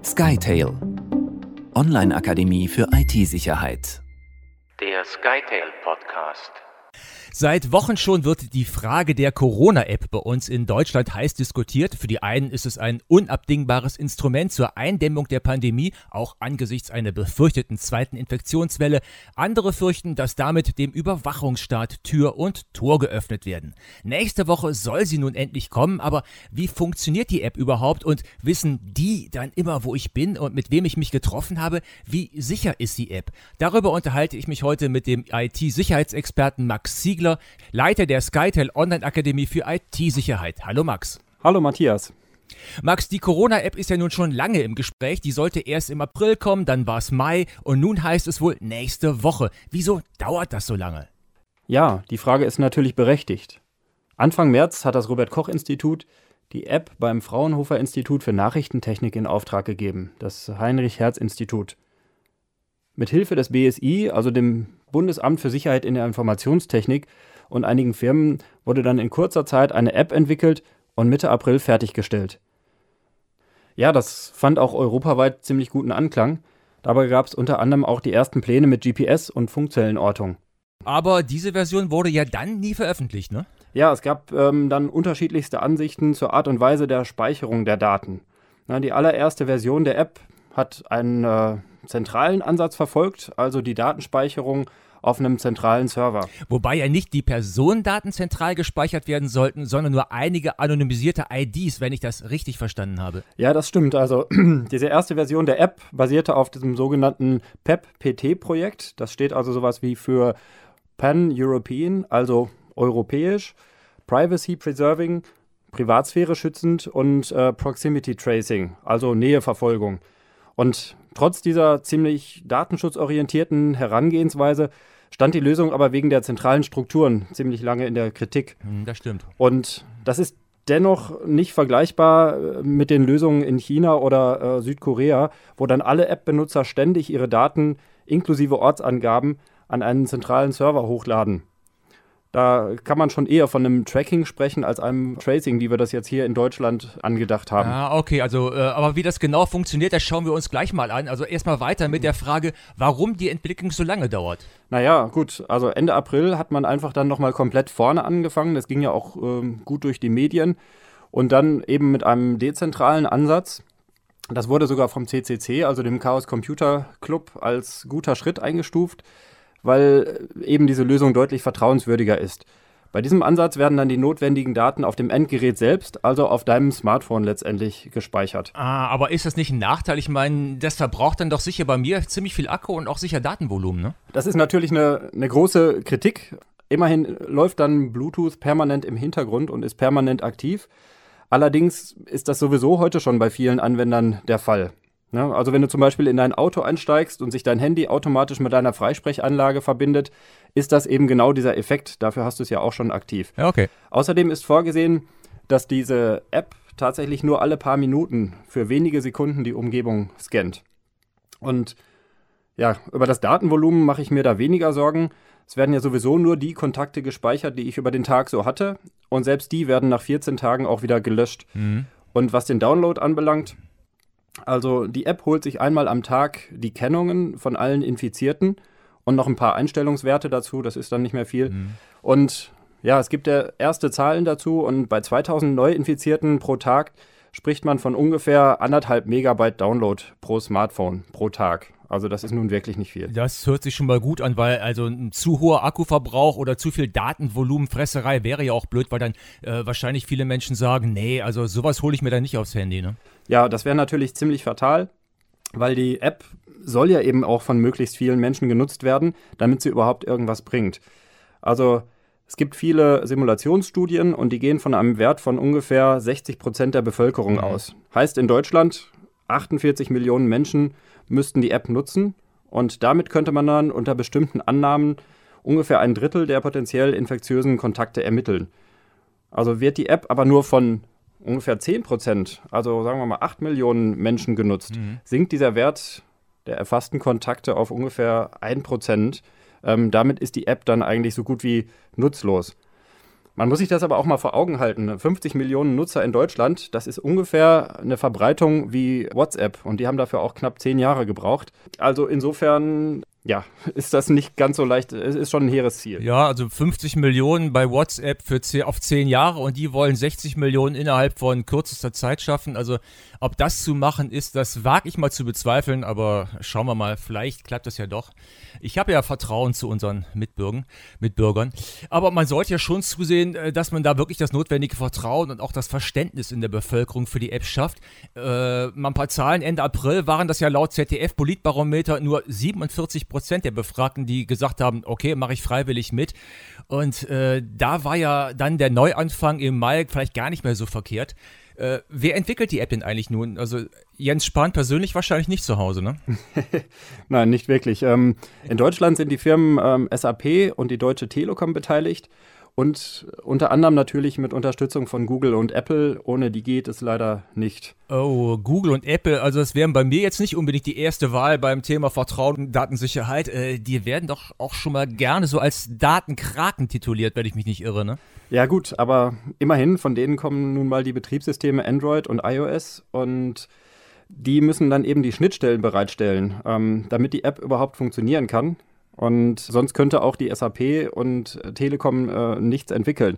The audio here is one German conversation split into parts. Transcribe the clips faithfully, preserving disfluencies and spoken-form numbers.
SkyTail, Online-Akademie für I T-Sicherheit. Der SkyTail Podcast. Seit Wochen schon wird die Frage der Corona-App bei uns in Deutschland heiß diskutiert. Für die einen ist es ein unabdingbares Instrument zur Eindämmung der Pandemie, auch angesichts einer befürchteten zweiten Infektionswelle. Andere fürchten, dass damit dem Überwachungsstaat Tür und Tor geöffnet werden. Nächste Woche soll sie nun endlich kommen, aber wie funktioniert die App überhaupt und wissen die dann immer, wo ich bin und mit wem ich mich getroffen habe? Wie sicher ist die App? Darüber unterhalte ich mich heute mit dem I T-Sicherheitsexperten Max Ziegler, Leiter der SkyTail Online-Akademie für I T-Sicherheit. Hallo Max. Hallo Matthias. Max, die Corona-App ist ja nun schon lange im Gespräch. Die sollte erst im April kommen, dann war es Mai und nun heißt es wohl nächste Woche. Wieso dauert das so lange? Ja, die Frage ist natürlich berechtigt. Anfang März hat das Robert-Koch-Institut die App beim Fraunhofer-Institut für Nachrichtentechnik in Auftrag gegeben, das Heinrich-Hertz-Institut. Mithilfe des B S I, also dem Bundesamt für Sicherheit in der Informationstechnik, und einigen Firmen wurde dann in kurzer Zeit eine App entwickelt und Mitte April fertiggestellt. Ja, das fand auch europaweit ziemlich guten Anklang. Dabei gab es unter anderem auch die ersten Pläne mit G P S und Funkzellenortung. Aber diese Version wurde ja dann nie veröffentlicht, ne? Ja, es gab ähm, dann unterschiedlichste Ansichten zur Art und Weise der Speicherung der Daten. Na, die allererste Version der App hat einen äh, zentralen Ansatz verfolgt, also die Datenspeicherung auf einem zentralen Server. Wobei ja nicht die Personendaten zentral gespeichert werden sollten, sondern nur einige anonymisierte I Ds, wenn ich das richtig verstanden habe. Ja, das stimmt. Also diese erste Version der App basierte auf diesem sogenannten P E P P T-Projekt. Das steht also sowas wie für Pan-European, also europäisch, Privacy Preserving, Privatsphäre schützend und äh, Proximity Tracing, also Näheverfolgung. Und trotz dieser ziemlich datenschutzorientierten Herangehensweise stand die Lösung aber wegen der zentralen Strukturen ziemlich lange in der Kritik. Das stimmt. Und das ist dennoch nicht vergleichbar mit den Lösungen in China oder äh, Südkorea, wo dann alle App-Benutzer ständig ihre Daten inklusive Ortsangaben an einen zentralen Server hochladen. Da kann man schon eher von einem Tracking sprechen als einem Tracing, wie wir das jetzt hier in Deutschland angedacht haben. Ah, okay, also, äh, aber wie das genau funktioniert, das schauen wir uns gleich mal an. Also erstmal weiter mit der Frage, warum die Entwicklung so lange dauert. Naja, gut, also Ende April hat man einfach dann nochmal komplett vorne angefangen. Das ging ja auch ähm, gut durch die Medien. Und dann eben mit einem dezentralen Ansatz. Das wurde sogar vom C C C, also dem Chaos Computer Club, als guter Schritt eingestuft, weil eben diese Lösung deutlich vertrauenswürdiger ist. Bei diesem Ansatz werden dann die notwendigen Daten auf dem Endgerät selbst, also auf deinem Smartphone letztendlich gespeichert. Ah, aber ist das nicht ein Nachteil? Ich meine, das verbraucht dann doch sicher bei mir ziemlich viel Akku und auch sicher Datenvolumen, ne? Das ist natürlich eine, eine große Kritik. Immerhin läuft dann Bluetooth permanent im Hintergrund und ist permanent aktiv. Allerdings ist das sowieso heute schon bei vielen Anwendern der Fall. Ja, also wenn du zum Beispiel in dein Auto einsteigst und sich dein Handy automatisch mit deiner Freisprechanlage verbindet, ist das eben genau dieser Effekt. Dafür hast du es ja auch schon aktiv. Ja, okay. Außerdem ist vorgesehen, dass diese App tatsächlich nur alle paar Minuten für wenige Sekunden die Umgebung scannt. Und ja, über das Datenvolumen mache ich mir da weniger Sorgen. Es werden ja sowieso nur die Kontakte gespeichert, die ich über den Tag so hatte. Und selbst die werden nach vierzehn Tagen auch wieder gelöscht. Mhm. Und was den Download anbelangt, also die App holt sich einmal am Tag die Kennungen von allen Infizierten und noch ein paar Einstellungswerte dazu, das ist dann nicht mehr viel. Mhm. Und ja, es gibt ja erste Zahlen dazu und bei zweitausend Neuinfizierten pro Tag spricht man von ungefähr anderthalb Megabyte Download pro Smartphone pro Tag. Also das ist nun wirklich nicht viel. Das hört sich schon mal gut an, weil also ein zu hoher Akkuverbrauch oder zu viel Datenvolumenfresserei wäre ja auch blöd, weil dann äh, wahrscheinlich viele Menschen sagen, nee, also sowas hole ich mir dann nicht aufs Handy, ne? Ja, das wäre natürlich ziemlich fatal, weil die App soll ja eben auch von möglichst vielen Menschen genutzt werden, damit sie überhaupt irgendwas bringt. Also es gibt viele Simulationsstudien und die gehen von einem Wert von ungefähr sechzig Prozent der Bevölkerung mhm. aus. Heißt in Deutschland, achtundvierzig Millionen Menschen müssten die App nutzen und damit könnte man dann unter bestimmten Annahmen ungefähr ein Drittel der potenziell infektiösen Kontakte ermitteln. Also wird die App aber nur von ungefähr zehn Prozent, also sagen wir mal acht Millionen Menschen genutzt, mhm. sinkt dieser Wert der erfassten Kontakte auf ungefähr ein Prozent. Ähm, damit ist die App dann eigentlich so gut wie nutzlos. Man muss sich das aber auch mal vor Augen halten. fünfzig Millionen Nutzer in Deutschland, das ist ungefähr eine Verbreitung wie WhatsApp. Und die haben dafür auch knapp zehn Jahre gebraucht. Also insofern, ja, ist das nicht ganz so leicht. Es ist schon ein hehres Ziel. Ja, also fünfzig Millionen bei WhatsApp für zehn, auf zehn Jahre und die wollen sechzig Millionen innerhalb von kürzester Zeit schaffen. Also ob das zu machen ist, das wage ich mal zu bezweifeln. Aber schauen wir mal, vielleicht klappt das ja doch. Ich habe ja Vertrauen zu unseren Mitbürgern, Mitbürgern. Aber man sollte ja schon zusehen, dass man da wirklich das notwendige Vertrauen und auch das Verständnis in der Bevölkerung für die App schafft. Äh, mal ein paar Zahlen. Ende April waren das ja laut Z D F-Politbarometer nur siebenundvierzig Prozent der Befragten, die gesagt haben, okay, mache ich freiwillig mit. Und äh, da war ja dann der Neuanfang im Mai vielleicht gar nicht mehr so verkehrt. Äh, wer entwickelt die App denn eigentlich nun? Also Jens Spahn persönlich wahrscheinlich nicht zu Hause, ne? Nein, nicht wirklich. Ähm, in Deutschland sind die Firmen ähm, S A P und die Deutsche Telekom beteiligt und unter anderem natürlich mit Unterstützung von Google und Apple. Ohne die geht es leider nicht. Oh, Google und Apple, also das wären bei mir jetzt nicht unbedingt die erste Wahl beim Thema Vertrauen und Datensicherheit. Äh, die werden doch auch schon mal gerne so als Datenkraken tituliert, wenn ich mich nicht irre, ne? Ja gut, aber immerhin, von denen kommen nun mal die Betriebssysteme Android und iOS und die müssen dann eben die Schnittstellen bereitstellen, ähm, damit die App überhaupt funktionieren kann. Und sonst könnte auch die S A P und Telekom äh, nichts entwickeln.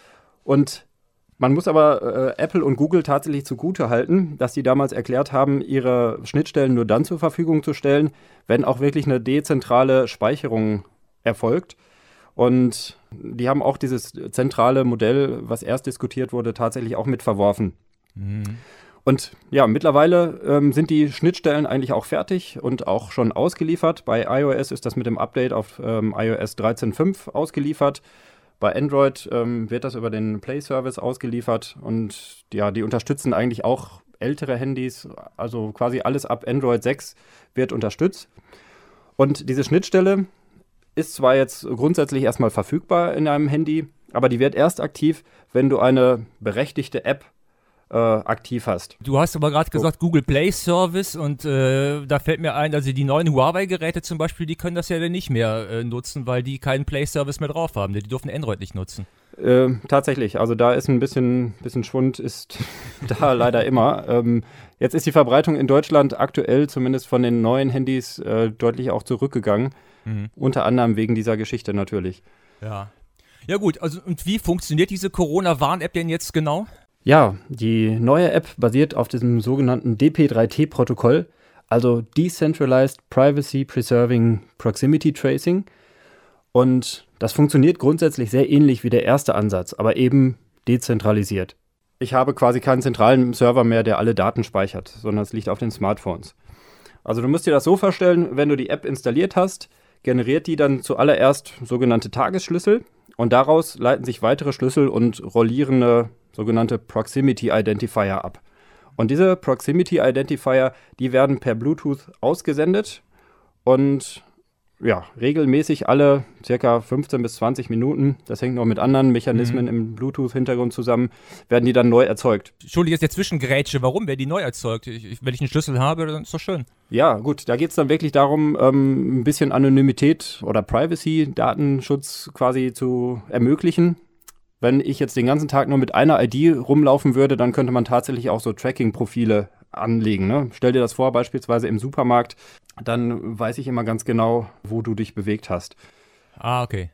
Und man muss aber äh, Apple und Google tatsächlich zugute halten, dass sie damals erklärt haben, ihre Schnittstellen nur dann zur Verfügung zu stellen, wenn auch wirklich eine dezentrale Speicherung erfolgt. Und die haben auch dieses zentrale Modell, was erst diskutiert wurde, tatsächlich auch mit verworfen. Mhm. Und ja, mittlerweile ähm, sind die Schnittstellen eigentlich auch fertig und auch schon ausgeliefert. Bei iOS ist das mit dem Update auf ähm, iOS dreizehn Punkt fünf ausgeliefert. Bei Android ähm, wird das über den Play-Service ausgeliefert. Und ja, die unterstützen eigentlich auch ältere Handys. Also quasi alles ab Android sechs wird unterstützt. Und diese Schnittstelle ist zwar jetzt grundsätzlich erstmal verfügbar in einem Handy, aber die wird erst aktiv, wenn du eine berechtigte App äh, aktiv hast. Du hast aber gerade gesagt, Google Play Service und äh, da fällt mir ein, also die neuen Huawei-Geräte zum Beispiel, die können das ja dann nicht mehr äh, nutzen, weil die keinen Play Service mehr drauf haben. Die dürfen Android nicht nutzen. Äh, tatsächlich, also da ist ein bisschen, bisschen Schwund, ist da leider immer. Ähm, jetzt ist die Verbreitung in Deutschland aktuell, zumindest von den neuen Handys, äh, deutlich auch zurückgegangen. Mhm. Unter anderem wegen dieser Geschichte natürlich. Ja. Ja gut, also und wie funktioniert diese Corona-Warn-App denn jetzt genau? Ja, die neue App basiert auf diesem sogenannten D P drei T-Protokoll, also Decentralized Privacy Preserving Proximity Tracing. Und das funktioniert grundsätzlich sehr ähnlich wie der erste Ansatz, aber eben dezentralisiert. Ich habe quasi keinen zentralen Server mehr, der alle Daten speichert, sondern es liegt auf den Smartphones. Also du musst dir das so vorstellen, wenn du die App installiert hast, generiert die dann zuallererst sogenannte Tagesschlüssel und daraus leiten sich weitere Schlüssel und rollierende sogenannte Proximity Identifier ab. Und diese Proximity Identifier, die werden per Bluetooth ausgesendet und ja, regelmäßig alle circa fünfzehn bis zwanzig Minuten, das hängt noch mit anderen Mechanismen mhm. im Bluetooth-Hintergrund zusammen, werden die dann neu erzeugt. Entschuldige, jetzt der Zwischengrätsche, warum werden die neu erzeugt? Ich, wenn ich einen Schlüssel habe, dann ist das schön. Ja, gut, da geht es dann wirklich darum, ähm, ein bisschen Anonymität oder Privacy, Datenschutz quasi zu ermöglichen. Wenn ich jetzt den ganzen Tag nur mit einer I D rumlaufen würde, dann könnte man tatsächlich auch so Tracking-Profile anlegen. Ne? Stell dir das vor, beispielsweise im Supermarkt, dann weiß ich immer ganz genau, wo du dich bewegt hast. Ah, okay.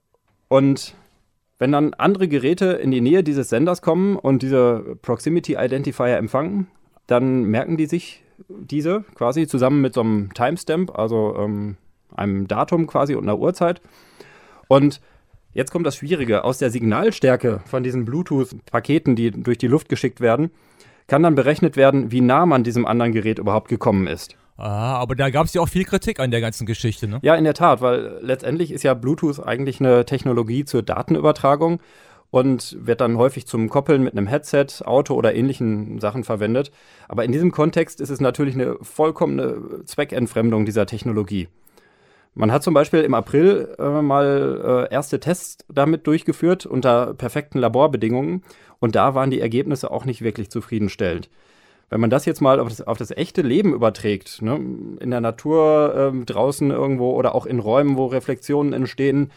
Und wenn dann andere Geräte in die Nähe dieses Senders kommen und diese Proximity Identifier empfangen, dann merken die sich diese quasi zusammen mit so einem Timestamp, also ähm, einem Datum quasi und einer Uhrzeit. Und jetzt kommt das Schwierige. Aus der Signalstärke von diesen Bluetooth-Paketen, die durch die Luft geschickt werden, kann dann berechnet werden, wie nah man diesem anderen Gerät überhaupt gekommen ist. Ah, aber da gab es ja auch viel Kritik an der ganzen Geschichte, ne? Ja, in der Tat, weil letztendlich ist ja Bluetooth eigentlich eine Technologie zur Datenübertragung und wird dann häufig zum Koppeln mit einem Headset, Auto oder ähnlichen Sachen verwendet. Aber in diesem Kontext ist es natürlich eine vollkommene Zweckentfremdung dieser Technologie. Man hat zum Beispiel im April äh, mal äh, erste Tests damit durchgeführt unter perfekten Laborbedingungen und da waren die Ergebnisse auch nicht wirklich zufriedenstellend. Wenn man das jetzt mal auf das, auf das echte Leben überträgt, ne, in der Natur, äh, draußen irgendwo oder auch in Räumen, wo Reflexionen entstehen,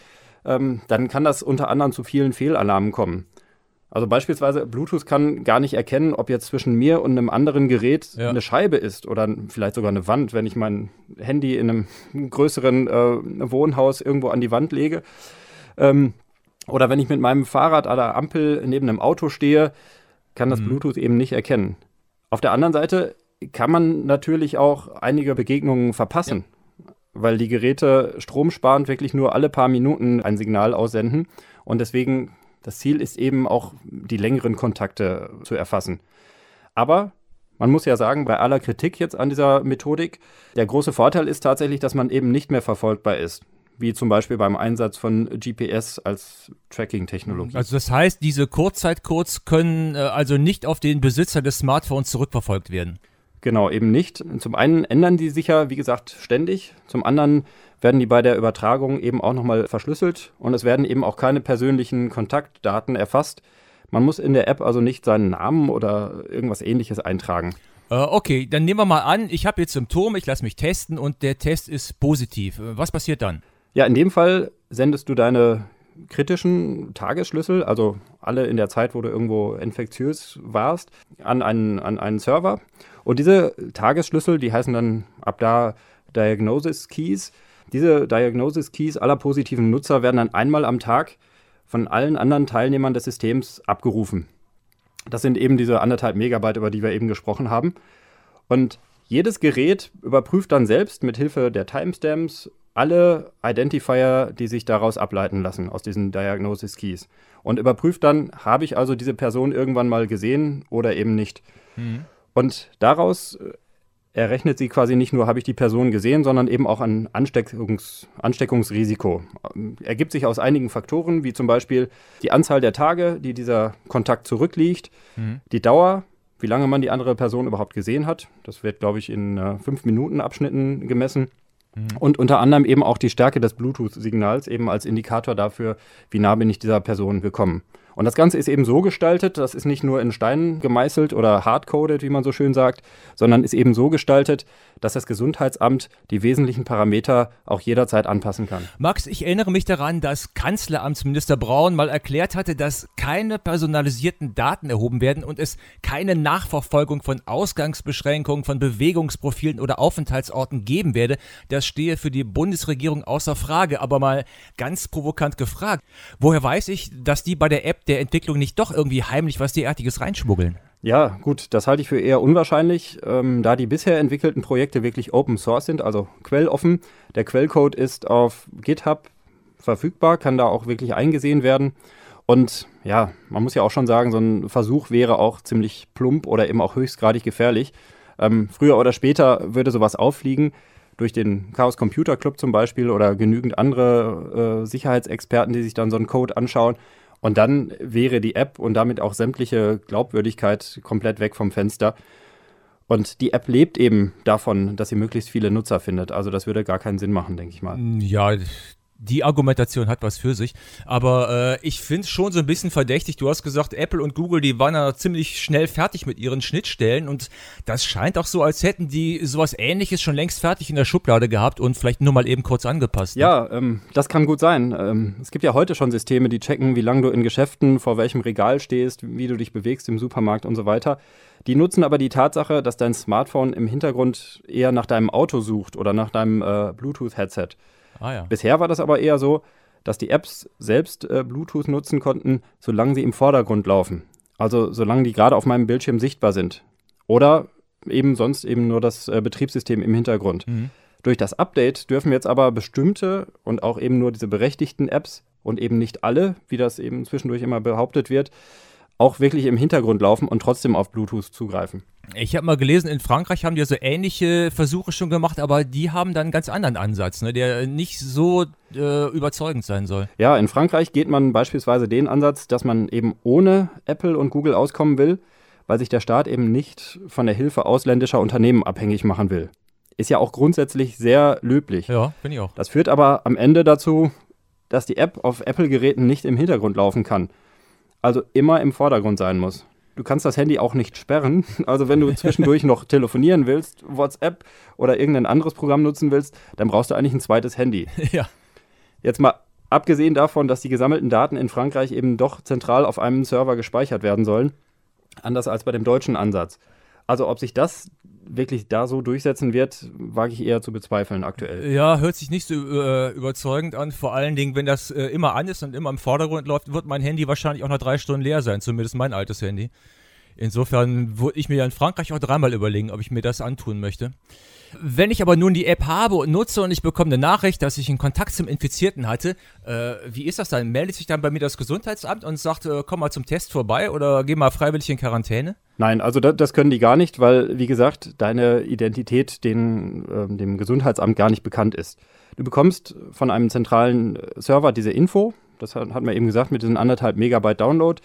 ähm, dann kann das unter anderem zu vielen Fehlalarmen kommen. Also beispielsweise Bluetooth kann gar nicht erkennen, ob jetzt zwischen mir und einem anderen Gerät ja. eine Scheibe ist oder vielleicht sogar eine Wand, wenn ich mein Handy in einem größeren äh, Wohnhaus irgendwo an die Wand lege. Ähm, oder wenn ich mit meinem Fahrrad an der Ampel neben einem Auto stehe, kann das mhm. Bluetooth eben nicht erkennen. Auf der anderen Seite kann man natürlich auch einige Begegnungen verpassen, ja. weil die Geräte stromsparend wirklich nur alle paar Minuten ein Signal aussenden und deswegen das Ziel ist eben auch, die längeren Kontakte zu erfassen. Aber man muss ja sagen, bei aller Kritik jetzt an dieser Methodik, der große Vorteil ist tatsächlich, dass man eben nicht mehr verfolgbar ist. Wie zum Beispiel beim Einsatz von G P S als Tracking-Technologie. Also das heißt, diese Kurzzeitcodes können äh, also nicht auf den Besitzer des Smartphones zurückverfolgt werden? Genau, eben nicht. Zum einen ändern die sich ja, wie gesagt, ständig. Zum anderen werden die bei der Übertragung eben auch nochmal verschlüsselt und es werden eben auch keine persönlichen Kontaktdaten erfasst. Man muss in der App also nicht seinen Namen oder irgendwas Ähnliches eintragen. Äh, okay, dann nehmen wir mal an, ich habe jetzt Symptome, ich lasse mich testen und der Test ist positiv. Was passiert dann? Ja, in dem Fall sendest du deine kritischen Tagesschlüssel, also alle in der Zeit, wo du irgendwo infektiös warst, an einen, an einen Server. Und diese Tagesschlüssel, die heißen dann ab da Diagnosis Keys. Diese Diagnosis Keys aller positiven Nutzer werden dann einmal am Tag von allen anderen Teilnehmern des Systems abgerufen. Das sind eben diese anderthalb Megabyte, über die wir eben gesprochen haben. Und jedes Gerät überprüft dann selbst mit Hilfe der Timestamps alle Identifier, die sich daraus ableiten lassen, aus diesen Diagnosis Keys. Und überprüft dann, habe ich also diese Person irgendwann mal gesehen oder eben nicht. Mhm. Und daraus errechnet sie quasi nicht nur, habe ich die Person gesehen, sondern eben auch ein Ansteckungs- Ansteckungsrisiko. Ergibt sich aus einigen Faktoren, wie zum Beispiel die Anzahl der Tage, die dieser Kontakt zurückliegt, mhm. die Dauer, wie lange man die andere Person überhaupt gesehen hat. Das wird, glaube ich, in äh, fünf Minuten Abschnitten gemessen. Mhm. Und unter anderem eben auch die Stärke des Bluetooth-Signals, eben als Indikator dafür, wie nah bin ich dieser Person gekommen. Und das Ganze ist eben so gestaltet, das ist nicht nur in Stein gemeißelt oder hardcoded, wie man so schön sagt, sondern ist eben so gestaltet, dass das Gesundheitsamt die wesentlichen Parameter auch jederzeit anpassen kann. Max, ich erinnere mich daran, dass Kanzleramtsminister Braun mal erklärt hatte, dass keine personalisierten Daten erhoben werden und es keine Nachverfolgung von Ausgangsbeschränkungen, von Bewegungsprofilen oder Aufenthaltsorten geben werde. Das stehe für die Bundesregierung außer Frage. Aber mal ganz provokant gefragt, woher weiß ich, dass die bei der App der Entwicklung nicht doch irgendwie heimlich was derartiges reinschmuggeln? Ja, gut, das halte ich für eher unwahrscheinlich, ähm, da die bisher entwickelten Projekte wirklich Open Source sind, also quelloffen. Der Quellcode ist auf GitHub verfügbar, kann da auch wirklich eingesehen werden. Und ja, man muss ja auch schon sagen, so ein Versuch wäre auch ziemlich plump oder eben auch höchstgradig gefährlich. Ähm, früher oder später würde sowas auffliegen, durch den Chaos Computer Club zum Beispiel oder genügend andere äh, Sicherheitsexperten, die sich dann so einen Code anschauen. Und dann wäre die App und damit auch sämtliche Glaubwürdigkeit komplett weg vom Fenster. Und die App lebt eben davon, dass sie möglichst viele Nutzer findet. Also das würde gar keinen Sinn machen, denke ich mal. Ja, die Argumentation hat was für sich. Aber äh, ich finde es schon so ein bisschen verdächtig. Du hast gesagt, Apple und Google, die waren ja ziemlich schnell fertig mit ihren Schnittstellen. Und das scheint auch so, als hätten die sowas Ähnliches schon längst fertig in der Schublade gehabt und vielleicht nur mal eben kurz angepasst. Ne? Ja, ähm, das kann gut sein. Ähm, es gibt ja heute schon Systeme, die checken, wie lange du in Geschäften, vor welchem Regal stehst, wie du dich bewegst im Supermarkt und so weiter. Die nutzen aber die Tatsache, dass dein Smartphone im Hintergrund eher nach deinem Auto sucht oder nach deinem äh, Bluetooth-Headset. Ah, ja. Bisher war das aber eher so, dass die Apps selbst äh, Bluetooth nutzen konnten, solange sie im Vordergrund laufen. Also solange die gerade auf meinem Bildschirm sichtbar sind. Oder eben sonst eben nur das äh, Betriebssystem im Hintergrund. Mhm. Durch das Update dürfen jetzt aber bestimmte und auch eben nur diese berechtigten Apps und eben nicht alle, wie das eben zwischendurch immer behauptet wird, auch wirklich im Hintergrund laufen und trotzdem auf Bluetooth zugreifen. Ich habe mal gelesen, in Frankreich haben die so ähnliche Versuche schon gemacht, aber die haben dann einen ganz anderen Ansatz, ne, der nicht so äh, überzeugend sein soll. Ja, in Frankreich geht man beispielsweise den Ansatz, dass man eben ohne Apple und Google auskommen will, weil sich der Staat eben nicht von der Hilfe ausländischer Unternehmen abhängig machen will. Ist ja auch grundsätzlich sehr löblich. Ja, finde ich auch. Das führt aber am Ende dazu, dass die App auf Apple-Geräten nicht im Hintergrund laufen kann. Also immer im Vordergrund sein muss. Du kannst das Handy auch nicht sperren. Also wenn du zwischendurch noch telefonieren willst, WhatsApp oder irgendein anderes Programm nutzen willst, dann brauchst du eigentlich ein zweites Handy. Ja. Jetzt mal Abgesehen davon, dass die gesammelten Daten in Frankreich eben doch zentral auf einem Server gespeichert werden sollen, anders als bei dem deutschen Ansatz. Also ob sich das wirklich da so durchsetzen wird, wage ich eher zu bezweifeln aktuell. Ja, hört sich nicht so äh, überzeugend an. Vor allen Dingen, wenn das äh, immer an ist und immer im Vordergrund läuft, wird mein Handy wahrscheinlich auch nach drei Stunden leer sein, zumindest mein altes Handy. Insofern würde ich mir ja in Frankreich auch dreimal überlegen, ob ich mir das antun möchte. Wenn ich aber nun die App habe und nutze und ich bekomme eine Nachricht, dass ich einen Kontakt zum Infizierten hatte, äh, wie ist das dann? Meldet sich dann bei mir das Gesundheitsamt und sagt, äh, komm mal zum Test vorbei oder geh mal freiwillig in Quarantäne? Nein, also das, das können die gar nicht, weil, wie gesagt, deine Identität den, äh, dem Gesundheitsamt gar nicht bekannt ist. Du bekommst von einem zentralen Server diese Info, das hat, hat man eben gesagt, mit diesen anderthalb Megabyte Download.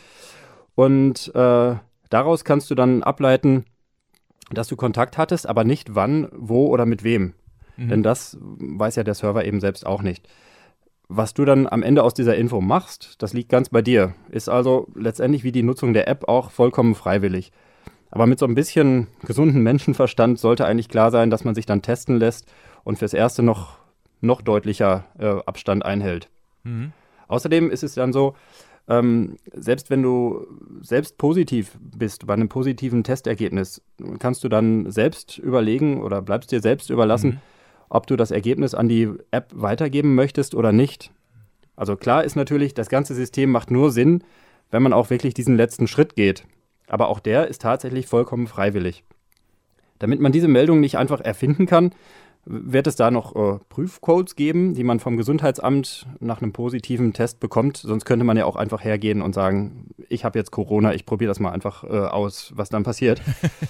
Und äh, daraus kannst du dann ableiten, dass du Kontakt hattest, aber nicht wann, wo oder mit wem. Mhm. Denn das weiß ja der Server eben selbst auch nicht. Was du dann am Ende aus dieser Info machst, das liegt ganz bei dir. Ist also letztendlich wie die Nutzung der App auch vollkommen freiwillig. Aber mit so ein bisschen gesunden Menschenverstand sollte eigentlich klar sein, dass man sich dann testen lässt und fürs Erste noch, noch deutlicher äh, Abstand einhält. Mhm. Außerdem ist es dann so, Ähm, selbst wenn du selbst positiv bist, bei einem positiven Testergebnis, kannst du dann selbst überlegen oder bleibst dir selbst überlassen, mhm. ob du das Ergebnis an die App weitergeben möchtest oder nicht. Also klar ist natürlich, das ganze System macht nur Sinn, wenn man auch wirklich diesen letzten Schritt geht. Aber auch der ist tatsächlich vollkommen freiwillig. Damit man diese Meldung nicht einfach erfinden kann, wird es da noch äh, Prüfcodes geben, die man vom Gesundheitsamt nach einem positiven Test bekommt. Sonst könnte man ja auch einfach hergehen und sagen, ich habe jetzt Corona, ich probiere das mal einfach äh, aus, was dann passiert.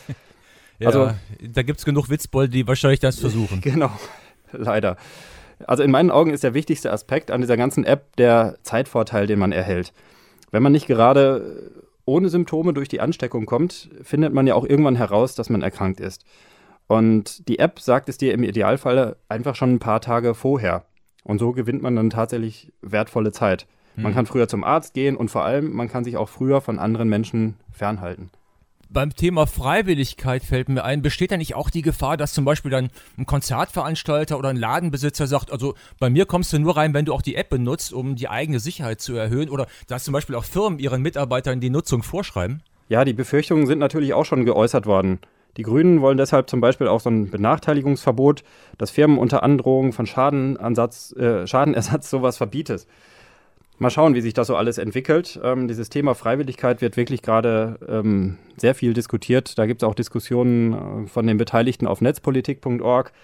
Ja, also, da gibt es genug Witzbolde, die wahrscheinlich das versuchen. Genau, leider. Also in meinen Augen ist der wichtigste Aspekt an dieser ganzen App der Zeitvorteil, den man erhält. Wenn man nicht gerade ohne Symptome durch die Ansteckung kommt, findet man ja auch irgendwann heraus, dass man erkrankt ist. Und die App sagt es dir im Idealfall einfach schon ein paar Tage vorher. Und so gewinnt man dann tatsächlich wertvolle Zeit. Mhm. Man kann früher zum Arzt gehen und vor allem, man kann sich auch früher von anderen Menschen fernhalten. Beim Thema Freiwilligkeit fällt mir ein, besteht da nicht auch die Gefahr, dass zum Beispiel dann ein Konzertveranstalter oder ein Ladenbesitzer sagt, also bei mir kommst du nur rein, wenn du auch die App benutzt, um die eigene Sicherheit zu erhöhen, oder dass zum Beispiel auch Firmen ihren Mitarbeitern die Nutzung vorschreiben? Ja, die Befürchtungen sind natürlich auch schon geäußert worden. Die Grünen wollen deshalb zum Beispiel auch so ein Benachteiligungsverbot, dass Firmen unter Androhung von Schadenansatz, äh, Schadenersatz sowas verbietet. Mal schauen, wie sich das so alles entwickelt. Ähm, dieses Thema Freiwilligkeit wird wirklich gerade ähm, sehr viel diskutiert. Da gibt es auch Diskussionen äh, von den Beteiligten auf netzpolitik punkt org.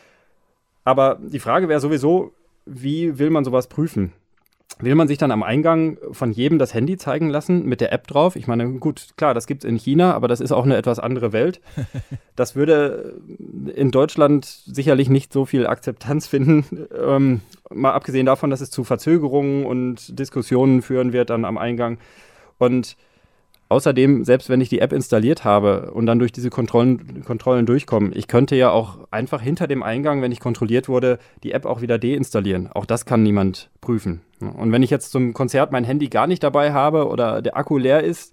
Aber die Frage wäre sowieso, wie will man sowas prüfen? Will man sich dann am Eingang von jedem das Handy zeigen lassen mit der App drauf? Ich meine, gut, klar, das gibt es in China, aber das ist auch eine etwas andere Welt. Das würde in Deutschland sicherlich nicht so viel Akzeptanz finden. Ähm, mal abgesehen davon, dass es zu Verzögerungen und Diskussionen führen wird dann am Eingang. Und außerdem, selbst wenn ich die App installiert habe und dann durch diese Kontrollen, Kontrollen durchkomme, ich könnte ja auch einfach hinter dem Eingang, wenn ich kontrolliert wurde, die App auch wieder deinstallieren. Auch das kann niemand prüfen. Und wenn ich jetzt zum Konzert mein Handy gar nicht dabei habe oder der Akku leer ist,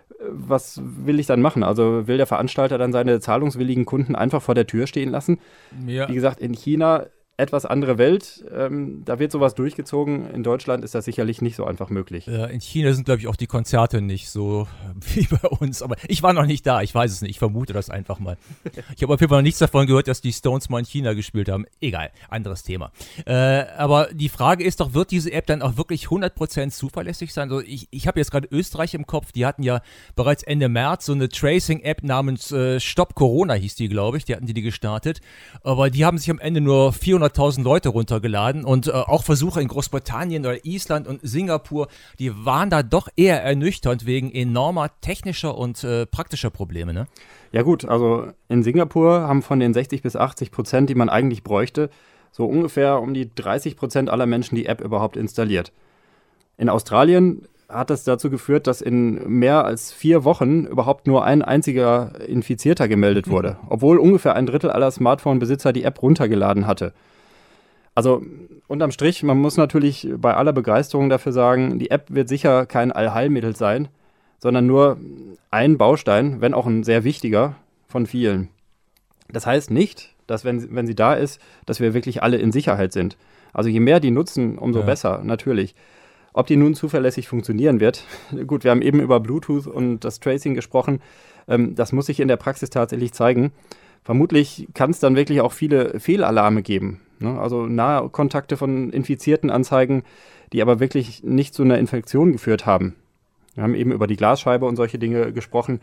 was will ich dann machen? Also will der Veranstalter dann seine zahlungswilligen Kunden einfach vor der Tür stehen lassen? Ja. Wie gesagt, in China etwas andere Welt. Ähm, da wird sowas durchgezogen. In Deutschland ist das sicherlich nicht so einfach möglich. Ja, in China sind, glaube ich, auch die Konzerte nicht so wie bei uns. Aber ich war noch nicht da. Ich weiß es nicht. Ich vermute das einfach mal. Ich habe auf jeden Fall noch nichts davon gehört, dass die Stones mal in China gespielt haben. Egal, anderes Thema. Äh, aber die Frage ist doch, wird diese App dann auch wirklich hundert Prozent zuverlässig sein? Also ich, ich habe jetzt gerade Österreich im Kopf. Die hatten ja bereits Ende März so eine Tracing-App namens äh, Stop Corona, hieß die, glaube ich. Die hatten die, die gestartet. Aber die haben sich am Ende nur vierhunderttausend Leute runtergeladen und äh, auch Versuche in Großbritannien oder Island und Singapur, die waren da doch eher ernüchternd wegen enormer technischer und äh, praktischer Probleme, ne? Ja gut, also in Singapur haben von den sechzig bis achtzig Prozent, die man eigentlich bräuchte, so ungefähr um die dreißig Prozent aller Menschen die App überhaupt installiert. In Australien hat das dazu geführt, dass in mehr als vier Wochen überhaupt nur ein einziger Infizierter gemeldet wurde, obwohl ungefähr ein Drittel aller Smartphone-Besitzer die App runtergeladen hatte. Also unterm Strich, man muss natürlich bei aller Begeisterung dafür sagen, die App wird sicher kein Allheilmittel sein, sondern nur ein Baustein, wenn auch ein sehr wichtiger, von vielen. Das heißt nicht, dass wenn, wenn sie da ist, dass wir wirklich alle in Sicherheit sind. Also je mehr die nutzen, umso ja. besser, natürlich. Ob die nun zuverlässig funktionieren wird, gut, wir haben eben über Bluetooth und das Tracing gesprochen, ähm, das muss sich in der Praxis tatsächlich zeigen. Vermutlich kann es dann wirklich auch viele Fehlalarme geben, ne? Also nahe Kontakte von Infizierten anzeigen, die aber wirklich nicht zu einer Infektion geführt haben. Wir haben eben über die Glasscheibe und solche Dinge gesprochen.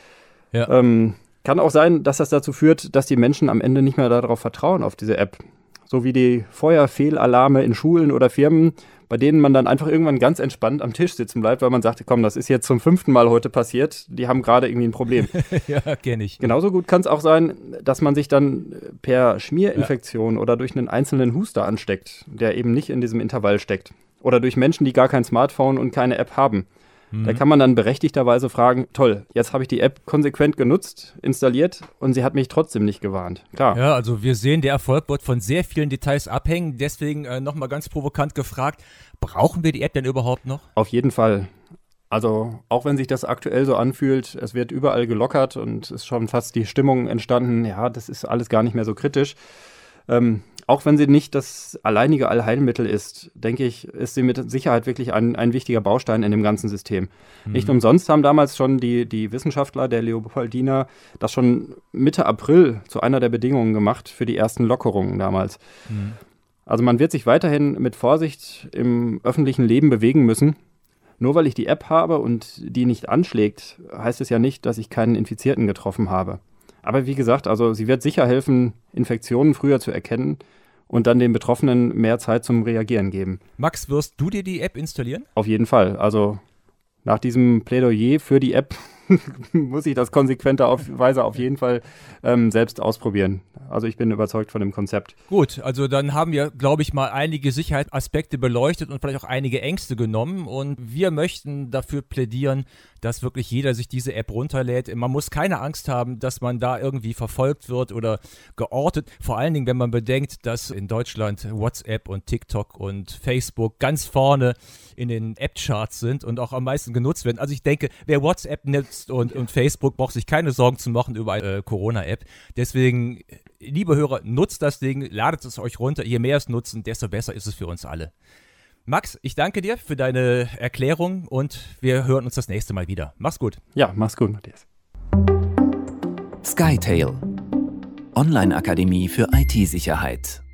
Ja. Ähm, kann auch sein, dass das dazu führt, dass die Menschen am Ende nicht mehr darauf vertrauen, auf diese App. So wie die Feuerfehlalarme in Schulen oder Firmen, bei denen man dann einfach irgendwann ganz entspannt am Tisch sitzen bleibt, weil man sagt, komm, das ist jetzt zum fünften Mal heute passiert, die haben gerade irgendwie ein Problem. Ja, kenne ich. Genauso gut kann es auch sein, dass man sich dann per Schmierinfektion ja. oder durch einen einzelnen Huster ansteckt, der eben nicht in diesem Intervall steckt. Oder durch Menschen, die gar kein Smartphone und keine App haben. Da kann man dann berechtigterweise fragen, toll, jetzt habe ich die App konsequent genutzt, installiert und sie hat mich trotzdem nicht gewarnt. Klar. Ja, also wir sehen, der Erfolg wird von sehr vielen Details abhängen. Deswegen äh, nochmal ganz provokant gefragt, brauchen wir die App denn überhaupt noch? Auf jeden Fall. Also auch wenn sich das aktuell so anfühlt, es wird überall gelockert und es ist schon fast die Stimmung entstanden, ja, das ist alles gar nicht mehr so kritisch. Ähm, auch wenn sie nicht das alleinige Allheilmittel ist, denke ich, ist sie mit Sicherheit wirklich ein, ein wichtiger Baustein in dem ganzen System. Mhm. Nicht umsonst haben damals schon die, die Wissenschaftler der Leopoldina das schon Mitte April zu einer der Bedingungen gemacht für die ersten Lockerungen damals. Mhm. Also man wird sich weiterhin mit Vorsicht im öffentlichen Leben bewegen müssen. Nur weil ich die App habe und die nicht anschlägt, heißt es ja nicht, dass ich keinen Infizierten getroffen habe. Aber wie gesagt, also sie wird sicher helfen, Infektionen früher zu erkennen und dann den Betroffenen mehr Zeit zum Reagieren geben. Max, wirst du dir die App installieren? Auf jeden Fall. Also nach diesem Plädoyer für die App muss ich das konsequenterweise auf jeden Fall ähm, selbst ausprobieren. Also ich bin überzeugt von dem Konzept. Gut, also dann haben wir, glaube ich, mal einige Sicherheitsaspekte beleuchtet und vielleicht auch einige Ängste genommen. Und wir möchten dafür plädieren, dass wirklich jeder sich diese App runterlädt. Man muss keine Angst haben, dass man da irgendwie verfolgt wird oder geortet. Vor allen Dingen, wenn man bedenkt, dass in Deutschland WhatsApp und TikTok und Facebook ganz vorne in den App-Charts sind und auch am meisten genutzt werden. Also ich denke, wer WhatsApp nutzt und, und Facebook, braucht sich keine Sorgen zu machen über eine äh, Corona-App. Deswegen, liebe Hörer, nutzt das Ding, ladet es euch runter. Je mehr es nutzen, desto besser ist es für uns alle. Max, ich danke dir für deine Erklärung und wir hören uns das nächste Mal wieder. Mach's gut. Ja, mach's gut, Matthias. Skytail, Online-Akademie für I T-Sicherheit.